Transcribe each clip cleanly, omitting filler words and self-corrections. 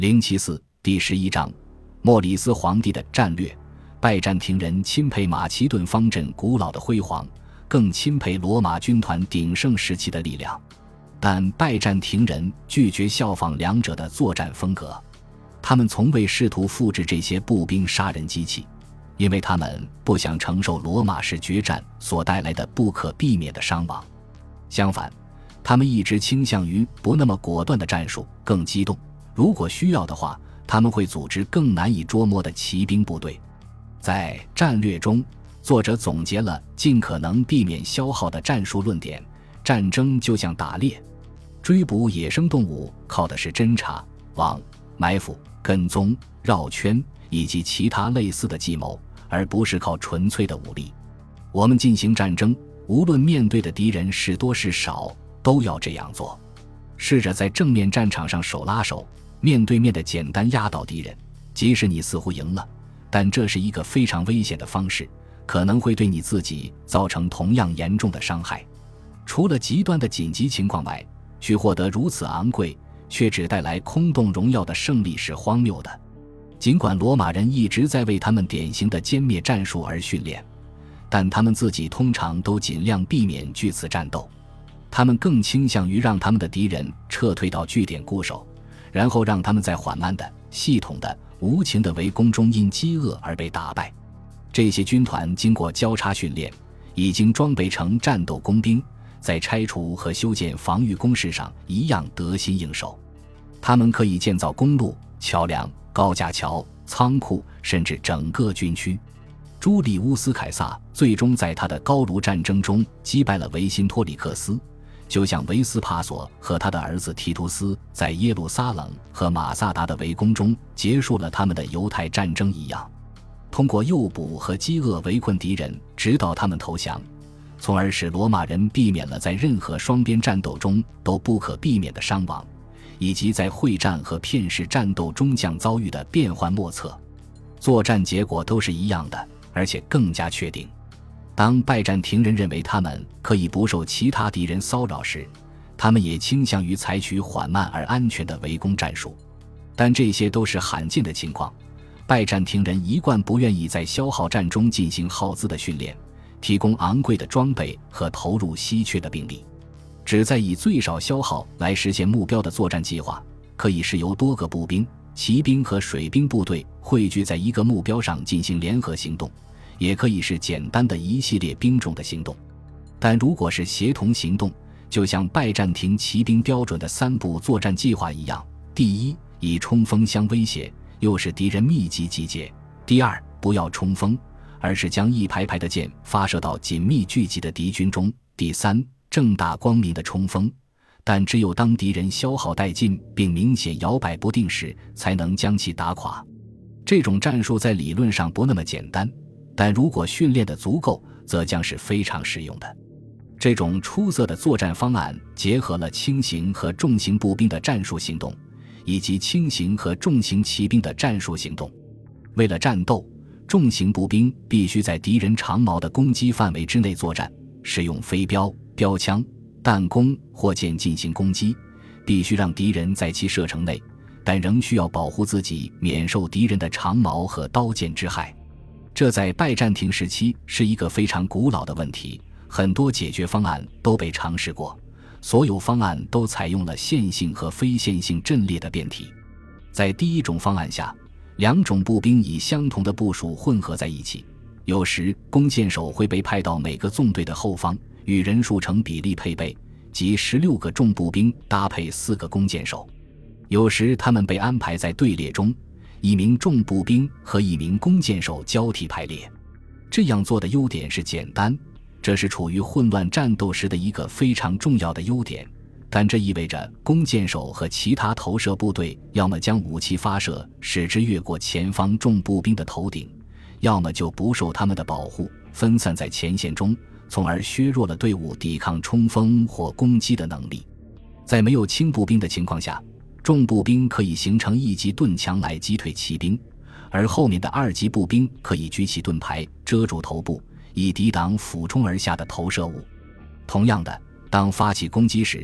074第11章，莫里斯皇帝的战略。拜占庭人钦佩马其顿方阵古老的辉煌，更钦佩罗马军团鼎盛时期的力量，但拜占庭人拒绝效仿两者的作战风格。他们从未试图复制这些步兵杀人机器，因为他们不想承受罗马式决战所带来的不可避免的伤亡。相反，他们一直倾向于不那么果断的战术，更机动，如果需要的话，他们会组织更难以捉摸的骑兵部队。在战略中，作者总结了尽可能避免消耗的战术论点。战争就像打猎，追捕野生动物靠的是侦察、网、埋伏、跟踪、绕圈以及其他类似的计谋，而不是靠纯粹的武力。我们进行战争，无论面对的敌人是多是少，都要这样做。试着在正面战场上手拉手，面对面的简单压倒敌人，即使你似乎赢了，但这是一个非常危险的方式，可能会对你自己造成同样严重的伤害。除了极端的紧急情况外，去获得如此昂贵却只带来空洞荣耀的胜利是荒谬的。尽管罗马人一直在为他们典型的歼灭战术而训练，但他们自己通常都尽量避免据此战斗。他们更倾向于让他们的敌人撤退到据点固守，然后让他们在缓慢的、系统的、无情的围攻中因饥饿而被打败。这些军团经过交叉训练，已经装备成战斗工兵，在拆除和修建防御工事上一样得心应手。他们可以建造公路、桥梁、高架桥、仓库，甚至整个军区。朱利乌斯·凯撒最终在他的高卢战争中击败了维辛托里克斯，就像维斯帕索和他的儿子提图斯在耶路撒冷和马萨达的围攻中结束了他们的犹太战争一样。通过诱捕和饥饿围困敌人，直到他们投降，从而使罗马人避免了在任何双边战斗中都不可避免的伤亡，以及在会战和片式战斗中将遭遇的变幻莫测。作战结果都是一样的，而且更加确定。当拜占庭人认为他们可以不受其他敌人骚扰时，他们也倾向于采取缓慢而安全的围攻战术。但这些都是罕见的情况，拜占庭人一贯不愿意在消耗战中进行耗资的训练，提供昂贵的装备和投入稀缺的兵力，旨在以最少消耗来实现目标的作战计划，可以是由多个步兵、骑兵和水兵部队汇聚在一个目标上进行联合行动，也可以是简单的一系列兵种的行动。但如果是协同行动，就像拜占庭骑兵标准的3步作战计划一样：第一，以冲锋相威胁，诱使敌人密集集结；第二，不要冲锋，而是将一排排的箭发射到紧密聚集的敌军中；第三，正大光明的冲锋，但只有当敌人消耗殆尽并明显摇摆不定时，才能将其打垮。这种战术在理论上不那么简单，但如果训练得足够，则将是非常实用的。这种出色的作战方案结合了轻型和重型步兵的战术行动，以及轻型和重型骑兵的战术行动。为了战斗，重型步兵必须在敌人长矛的攻击范围之内作战，使用飞镖、标枪、弹弓、火箭进行攻击，必须让敌人在其射程内，但仍需要保护自己免受敌人的长矛和刀剑之害。这在拜占庭时期是一个非常古老的问题，很多解决方案都被尝试过，所有方案都采用了线性和非线性阵列的变体。在第一种方案下，两种步兵以相同的部署混合在一起，有时弓箭手会被派到每个纵队的后方，与人数成比例配备，即16个重步兵搭配4个弓箭手。有时他们被安排在队列中，一名重步兵和一名弓箭手交替排列。这样做的优点是简单，这是处于混乱战斗时的一个非常重要的优点，但这意味着弓箭手和其他投射部队要么将武器发射使之越过前方重步兵的头顶，要么就不受他们的保护，分散在前线中，从而削弱了队伍抵抗冲锋或攻击的能力。在没有轻步兵的情况下，重步兵可以形成一级盾墙来击退骑兵，而后面的2级步兵可以举起盾牌遮住头部，以抵挡俯冲而下的投射物。同样的，当发起攻击时，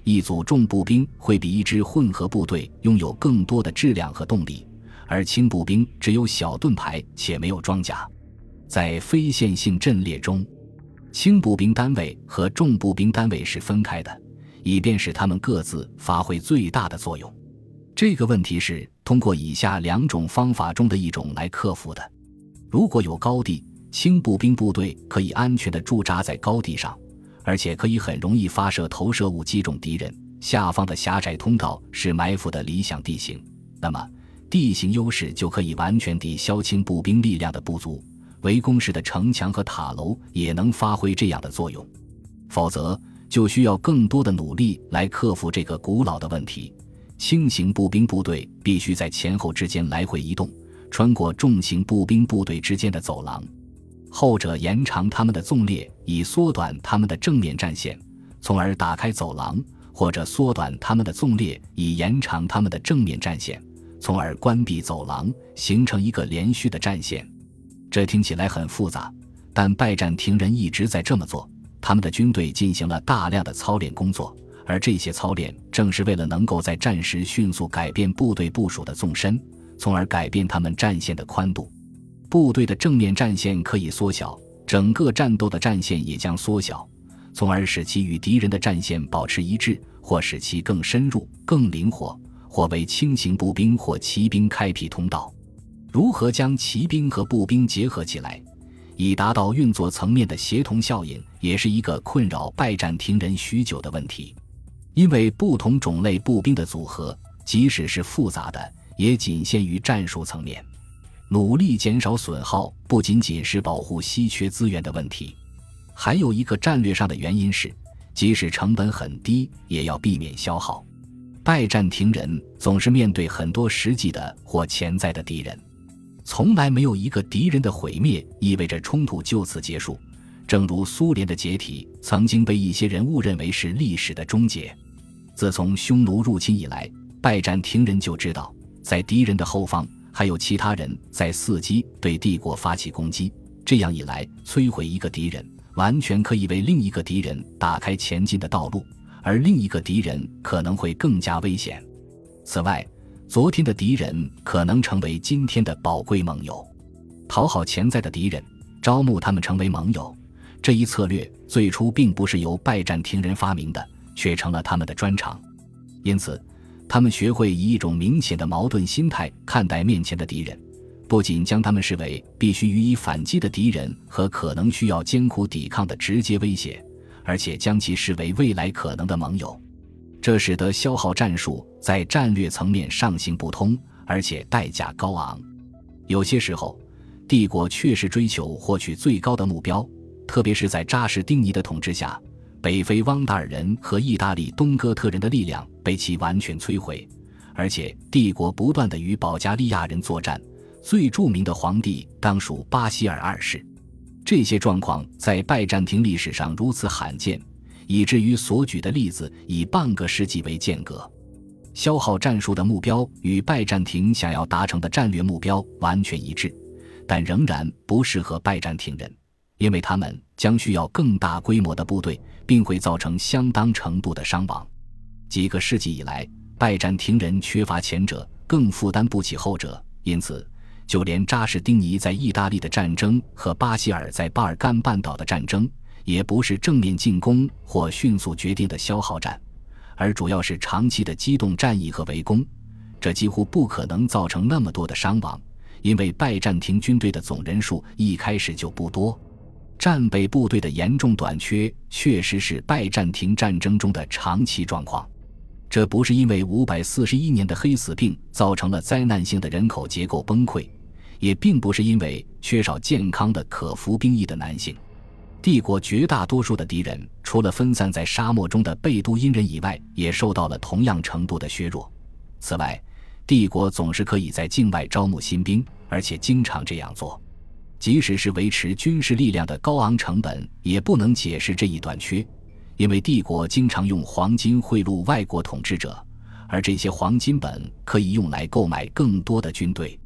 一组重步兵会比一支混合部队拥有更多的质量和动力，而轻步兵只有小盾牌且没有装甲。在非线性阵列中，轻步兵单位和重步兵单位是分开的，以便使他们各自发挥最大的作用。这个问题是通过以下2种方法中的一种来克服的。如果有高地，轻步兵部队可以安全地驻扎在高地上，而且可以很容易发射投射物击中敌人。下方的狭窄通道是埋伏的理想地形，那么地形优势就可以完全抵消轻步兵力量的不足。围攻式的城墙和塔楼也能发挥这样的作用，否则就需要更多的努力来克服这个古老的问题。轻型步兵部队必须在前后之间来回移动，穿过重型步兵部队之间的走廊，后者延长他们的纵列以缩短他们的正面战线，从而打开走廊，或者缩短他们的纵列以延长他们的正面战线，从而关闭走廊，形成一个连续的战线。这听起来很复杂，但拜占庭人一直在这么做。他们的军队进行了大量的操练工作，而这些操练正是为了能够在战时迅速改变部队部署的纵深，从而改变他们战线的宽度。部队的正面战线可以缩小，整个战斗的战线也将缩小，从而使其与敌人的战线保持一致，或使其更深入、更灵活，或为轻型步兵或骑兵开辟通道。如何将骑兵和步兵结合起来，以达到运作层面的协同效应，也是一个困扰拜占庭人许久的问题。因为不同种类步兵的组合，即使是复杂的，也仅限于战术层面。努力减少损耗不仅仅是保护稀缺资源的问题，还有一个战略上的原因是，即使成本很低，也要避免消耗。拜占庭人总是面对很多实际的或潜在的敌人，从来没有一个敌人的毁灭意味着冲突就此结束，正如苏联的解体曾经被一些人误认为是历史的终结。自从匈奴入侵以来，拜占庭人就知道，在敌人的后方还有其他人在伺机对帝国发起攻击，这样一来，摧毁一个敌人完全可以为另一个敌人打开前进的道路，而另一个敌人可能会更加危险。此外，昨天的敌人可能成为今天的宝贵盟友。讨好潜在的敌人，招募他们成为盟友，这一策略最初并不是由拜占庭人发明的，却成了他们的专长。因此，他们学会以一种明显的矛盾心态看待面前的敌人，不仅将他们视为必须予以反击的敌人和可能需要艰苦抵抗的直接威胁，而且将其视为未来可能的盟友。这使得消耗战术在战略层面上行不通，而且代价高昂。有些时候，帝国确实追求获取最高的目标，特别是在扎什丁尼的统治下，北非汪达尔人和意大利东哥特人的力量被其完全摧毁，而且帝国不断地与保加利亚人作战，最著名的皇帝当属巴希尔二世。这些状况在拜占庭历史上如此罕见，以至于所举的例子以半个世纪为间隔。消耗战术的目标与拜占庭想要达成的战略目标完全一致，但仍然不适合拜占庭人，因为他们将需要更大规模的部队，并会造成相当程度的伤亡。几个世纪以来，拜占庭人缺乏前者，更负担不起后者，因此就连扎什丁尼在意大利的战争和巴希尔在巴尔干半岛的战争，也不是正面进攻或迅速决定的消耗战，而主要是长期的机动战役和围攻。这几乎不可能造成那么多的伤亡，因为拜占庭军队的总人数一开始就不多。战备部队的严重短缺确实是拜占庭战争中的长期状况。这不是因为541年的黑死病造成了灾难性的人口结构崩溃，也并不是因为缺少健康的可服兵役的男性。帝国绝大多数的敌人，除了分散在沙漠中的贝都因人以外，也受到了同样程度的削弱。此外，帝国总是可以在境外招募新兵，而且经常这样做。即使是维持军事力量的高昂成本，也不能解释这一短缺，因为帝国经常用黄金贿赂外国统治者，而这些黄金本可以用来购买更多的军队。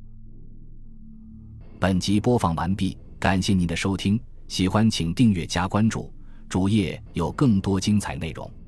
本集播放完毕，感谢您的收听，喜欢请订阅加关注，主页有更多精彩内容。